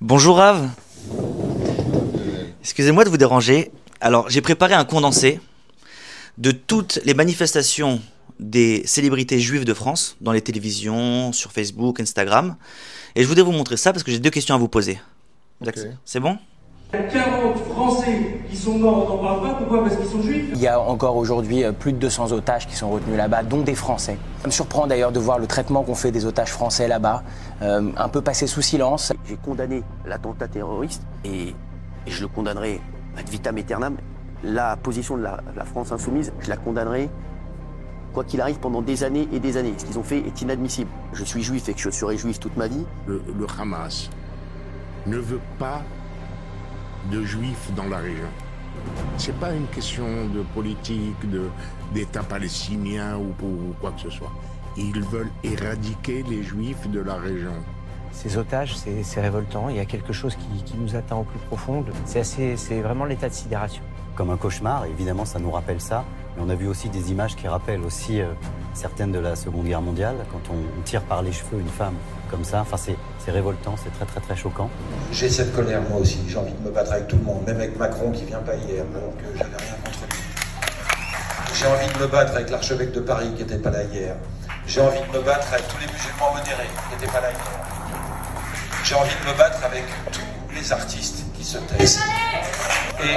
Bonjour Rav, excusez-moi de vous déranger. Alors j'ai préparé un condensé de toutes les manifestations des célébrités juives de France dans les télévisions, sur Facebook, Instagram. Et je voudrais vous montrer ça parce que j'ai deux questions à vous poser. Okay. C'est bon? Il y a 40 Français qui sont morts, on n'en parle pas, pourquoi? Parce qu'ils sont juifs. Il y a encore aujourd'hui plus de 200 otages qui sont retenus là-bas, dont des Français. Ça me surprend d'ailleurs de voir le traitement qu'on fait des otages français là-bas, un peu passé sous silence. J'ai condamné l'attentat terroriste et je le condamnerai ad vitam aeternam. La position de la France insoumise, je la condamnerai quoi qu'il arrive pendant des années et des années. Ce qu'ils ont fait est inadmissible. Je suis juif et que je serai juif toute ma vie. Le Hamas ne veut pas de juifs dans la région. C'est pas une question de politique, d'État palestinien ou quoi que ce soit. Ils veulent éradiquer les juifs de la région. Ces otages, c'est révoltant. Il y a quelque chose qui nous atteint au plus profond. C'est vraiment l'état de sidération. Comme un cauchemar, évidemment, ça nous rappelle ça. Mais on a vu aussi des images qui rappellent aussi certaines de la Seconde Guerre mondiale, quand on tire par les cheveux une femme comme ça. Enfin, c'est révoltant, c'est très, très, très choquant. J'ai cette colère, moi aussi. J'ai envie de me battre avec tout le monde, même avec Macron qui vient pas hier, alors que j'avais rien contre lui. J'ai envie de me battre avec l'archevêque de Paris qui n'était pas là hier. J'ai envie de me battre avec tous les musulmans modérés qui n'étaient pas là hier. J'ai envie de me battre avec tous les artistes qui se taisent. Et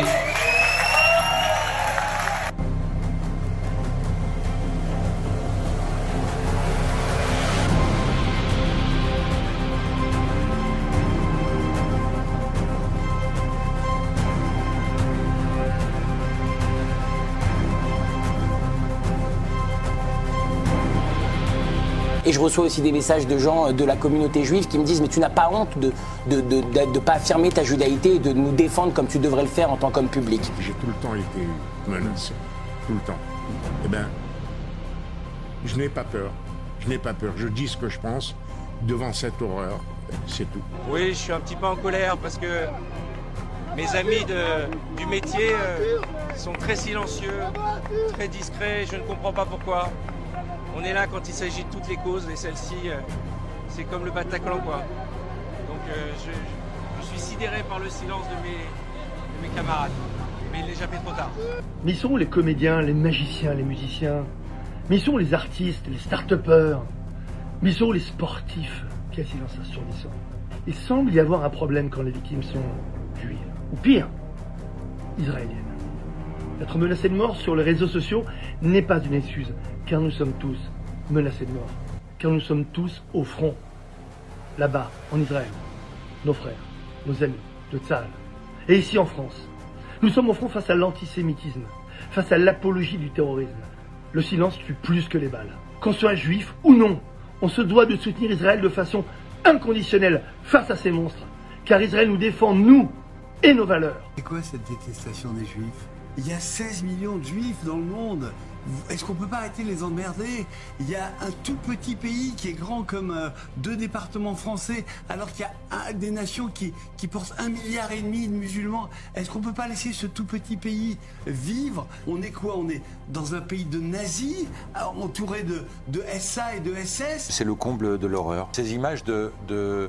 Et je reçois aussi des messages de gens de la communauté juive qui me disent « Mais tu n'as pas honte de ne pas affirmer ta judaïté et de nous défendre comme tu devrais le faire en tant qu'homme public ?» J'ai tout le temps été menacé. Tout le temps. Eh bien, je n'ai pas peur. Je n'ai pas peur. Je dis ce que je pense devant cette horreur. C'est tout. Oui, je suis un petit peu en colère parce que mes amis du métier sont très silencieux, très discrets. Je ne comprends pas pourquoi. On est là quand il s'agit de toutes les causes, et celle-ci, c'est comme le Bataclan, quoi. Donc je suis sidéré par le silence de mes camarades. Mais il n'est jamais trop tard. Mais ils sont où les comédiens, les magiciens, les musiciens? Mais ils sont où les artistes, les start-upers? Mais ils sont où les sportifs? Quel silence assourdissant. Il semble y avoir un problème quand les victimes sont juives. Ou pire, israéliennes. Être menacé de mort sur les réseaux sociaux n'est pas une excuse, car nous sommes tous menacés de mort. Car nous sommes tous au front, là-bas, en Israël. Nos frères, nos amis, de Tzahal. Et ici en France, nous sommes au front face à l'antisémitisme, face à l'apologie du terrorisme. Le silence tue plus que les balles. Qu'on soit juif ou non, on se doit de soutenir Israël de façon inconditionnelle face à ces monstres. Car Israël nous défend, nous, et nos valeurs. C'est quoi cette détestation des juifs? Il y a 16 millions de juifs dans le monde. Est-ce qu'on peut pas arrêter de les emmerder? Il y a un tout petit pays qui est grand comme 2 départements français, alors qu'il y a des nations qui portent 1,5 milliard de musulmans. Est-ce qu'on peut pas laisser ce tout petit pays vivre? On est quoi? On est dans un pays de nazis, entouré de SA et de SS? C'est le comble de l'horreur. Ces images de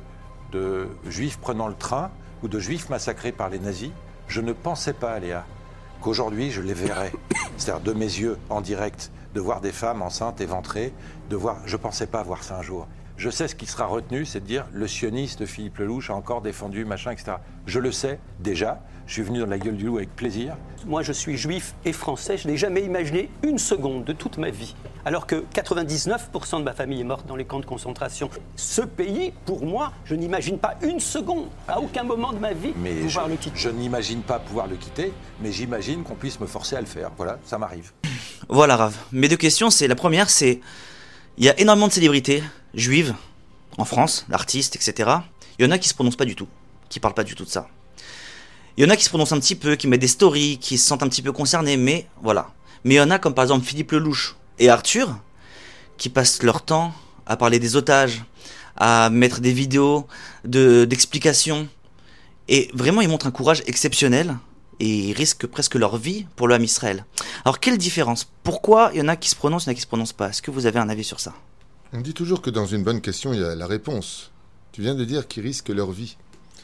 juifs prenant le train ou de juifs massacrés par les nazis, je ne pensais pas, Léa, qu'aujourd'hui je les verrais, c'est-à-dire de mes yeux en direct, de voir des femmes enceintes, éventrées, je ne pensais pas voir ça un jour. Je sais ce qui sera retenu, c'est de dire le sioniste Philippe Lelouch a encore défendu, machin, etc. Je le sais déjà, je suis venu dans la gueule du loup avec plaisir. Moi je suis juif et français, je n'ai jamais imaginé une seconde de toute ma vie, alors que 99% de ma famille est morte dans les camps de concentration. Ce pays, pour moi, je n'imagine pas une seconde, à aucun moment de ma vie, pouvoir le quitter. Je n'imagine pas pouvoir le quitter, mais j'imagine qu'on puisse me forcer à le faire. Voilà, ça m'arrive. Voilà Rav. Mes deux questions, la première, c'est il y a énormément de célébrités juives en France, d'artistes, etc. Il y en a qui se prononcent pas du tout, qui parlent pas du tout de ça. Il y en a qui se prononcent un petit peu, qui mettent des stories, qui se sentent un petit peu concernés, mais voilà. Mais il y en a comme par exemple Philippe Lelouch et Arthur, qui passent leur temps à parler des otages, à mettre des vidéos d'explications. Et vraiment, ils montrent un courage exceptionnel et ils risquent presque leur vie pour le Ham Israël. Alors, quelle différence? Pourquoi il y en a qui se prononcent, il y en a qui se prononcent pas? Est-ce que vous avez un avis sur ça? On dit toujours que dans une bonne question, il y a la réponse. Tu viens de dire qu'ils risquent leur vie.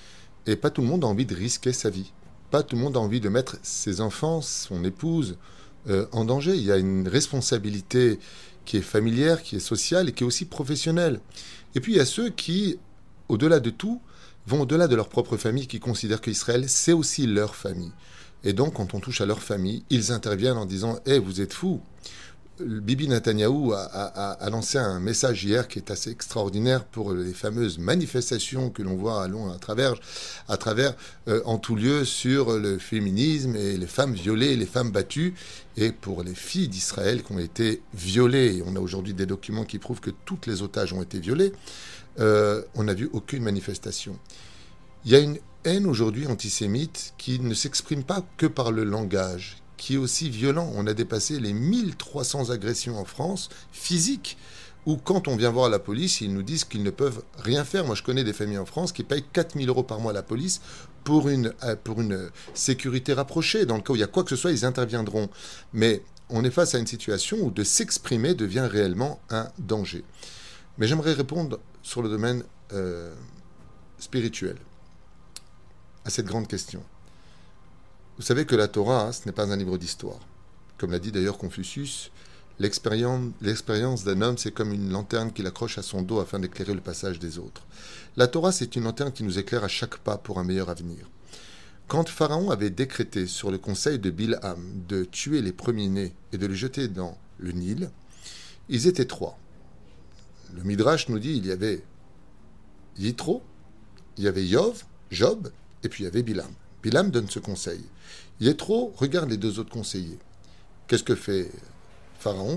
Et pas tout le monde a envie de risquer sa vie. Pas tout le monde a envie de mettre ses enfants, son épouse, en danger. Il y a une responsabilité qui est familière, qui est sociale et qui est aussi professionnelle. Et puis il y a ceux qui, au-delà de tout, vont au-delà de leur propre famille, qui considèrent qu'Israël, c'est aussi leur famille. Et donc, quand on touche à leur famille, ils interviennent en disant « Eh, vous êtes fous !» Bibi Netanyahou a lancé un message hier qui est assez extraordinaire pour les fameuses manifestations que l'on voit à travers en tout lieu sur le féminisme et les femmes violées, les femmes battues, et pour les filles d'Israël qui ont été violées. Et on a aujourd'hui des documents qui prouvent que toutes les otages ont été violés. On n'a vu aucune manifestation. Il y a une haine aujourd'hui antisémite qui ne s'exprime pas que par le langage, qui est aussi violent. On a dépassé les 1300 agressions en France, physiques, où quand on vient voir la police, ils nous disent qu'ils ne peuvent rien faire. Moi, je connais des familles en France qui payent 4 000 € par mois à la police pour une sécurité rapprochée. Dans le cas où il y a quoi que ce soit, ils interviendront. Mais on est face à une situation où de s'exprimer devient réellement un danger. Mais j'aimerais répondre sur le domaine spirituel à cette grande question. Vous savez que la Torah, ce n'est pas un livre d'histoire. Comme l'a dit d'ailleurs Confucius, l'expérience d'un homme, c'est comme une lanterne qu'il accroche à son dos afin d'éclairer le passage des autres. La Torah, c'est une lanterne qui nous éclaire à chaque pas pour un meilleur avenir. Quand Pharaon avait décrété sur le conseil de Bilham de tuer les premiers-nés et de les jeter dans le Nil, ils étaient 3. Le Midrash nous dit il y avait Yitro, il y avait Job, et puis il y avait Bilham. Bilham donne ce conseil. Yitro regarde les 2 autres conseillers. Qu'est-ce que fait Pharaon,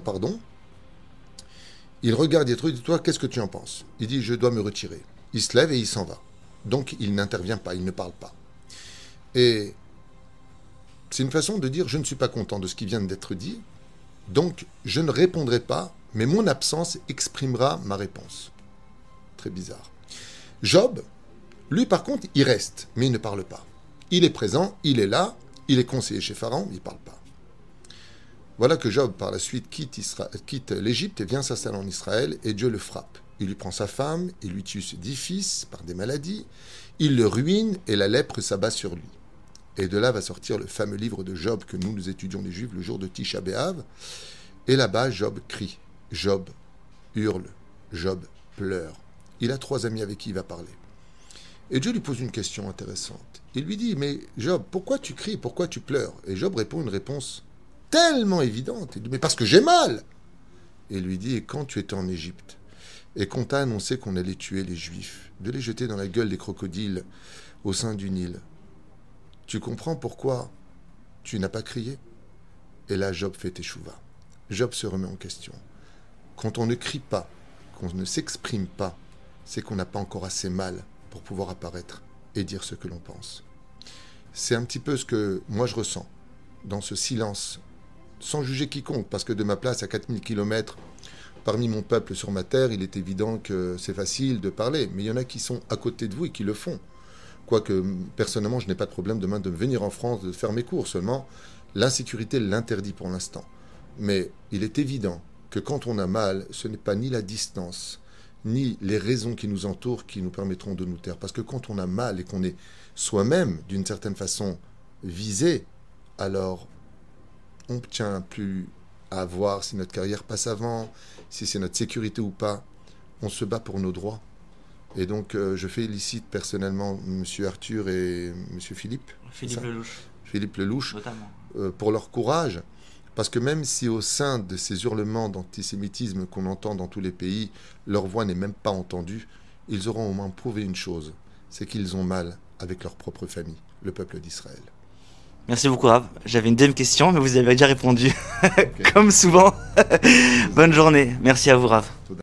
Il regarde Yitro et dit, toi, qu'est-ce que tu en penses? Il dit, je dois me retirer. Il se lève et il s'en va. Donc, il n'intervient pas, il ne parle pas. Et c'est une façon de dire, je ne suis pas content de ce qui vient d'être dit, donc je ne répondrai pas, mais mon absence exprimera ma réponse. Très bizarre. Job, lui, par contre, il reste, mais il ne parle pas. Il est présent, il est là, il est conseiller chez Pharaon, il ne parle pas. Voilà que Job, par la suite, quitte l'Égypte et vient s'installer en Israël, et Dieu le frappe. Il lui prend sa femme, il lui tue ses 10 fils par des maladies, il le ruine, et la lèpre s'abat sur lui. Et de là va sortir le fameux livre de Job que nous étudions les Juifs le jour de Tisha B'Av. Et là-bas, Job crie, Job hurle, Job pleure. Il a 3 amis avec qui il va parler. Et Dieu lui pose une question intéressante. Il lui dit, mais Job, pourquoi tu cries, pourquoi tu pleures? Et Job répond une réponse tellement évidente. Il dit, mais parce que j'ai mal. Et il lui dit, et quand tu étais en Égypte, et qu'on t'a annoncé qu'on allait tuer les Juifs, de les jeter dans la gueule des crocodiles au sein du Nil, tu comprends pourquoi tu n'as pas crié? Et là, Job fait teshuva. Job se remet en question. Quand on ne crie pas, qu'on ne s'exprime pas, c'est qu'on n'a pas encore assez mal pour pouvoir apparaître et dire ce que l'on pense. C'est un petit peu ce que moi je ressens dans ce silence, sans juger quiconque, parce que de ma place à 4000 km, parmi mon peuple sur ma terre, il est évident que c'est facile de parler, mais il y en a qui sont à côté de vous et qui le font. Quoique, personnellement, je n'ai pas de problème demain de venir en France, de faire mes cours, seulement l'insécurité l'interdit pour l'instant. Mais il est évident que quand on a mal, ce n'est pas ni la distance, ni les raisons qui nous entourent qui nous permettront de nous taire. Parce que quand on a mal et qu'on est soi-même, d'une certaine façon, visé, alors on ne tient plus à voir si notre carrière passe avant, si c'est notre sécurité ou pas. On se bat pour nos droits. Et donc, je félicite personnellement M. Arthur et M. Philippe. Philippe Lelouch. Notamment. Pour leur courage. Parce que même si au sein de ces hurlements d'antisémitisme qu'on entend dans tous les pays, leur voix n'est même pas entendue, ils auront au moins prouvé une chose, c'est qu'ils ont mal avec leur propre famille, le peuple d'Israël. Merci beaucoup, Rav. J'avais une deuxième question, mais vous avez déjà répondu, okay. Comme souvent. Bonne journée. Merci à vous, Rav.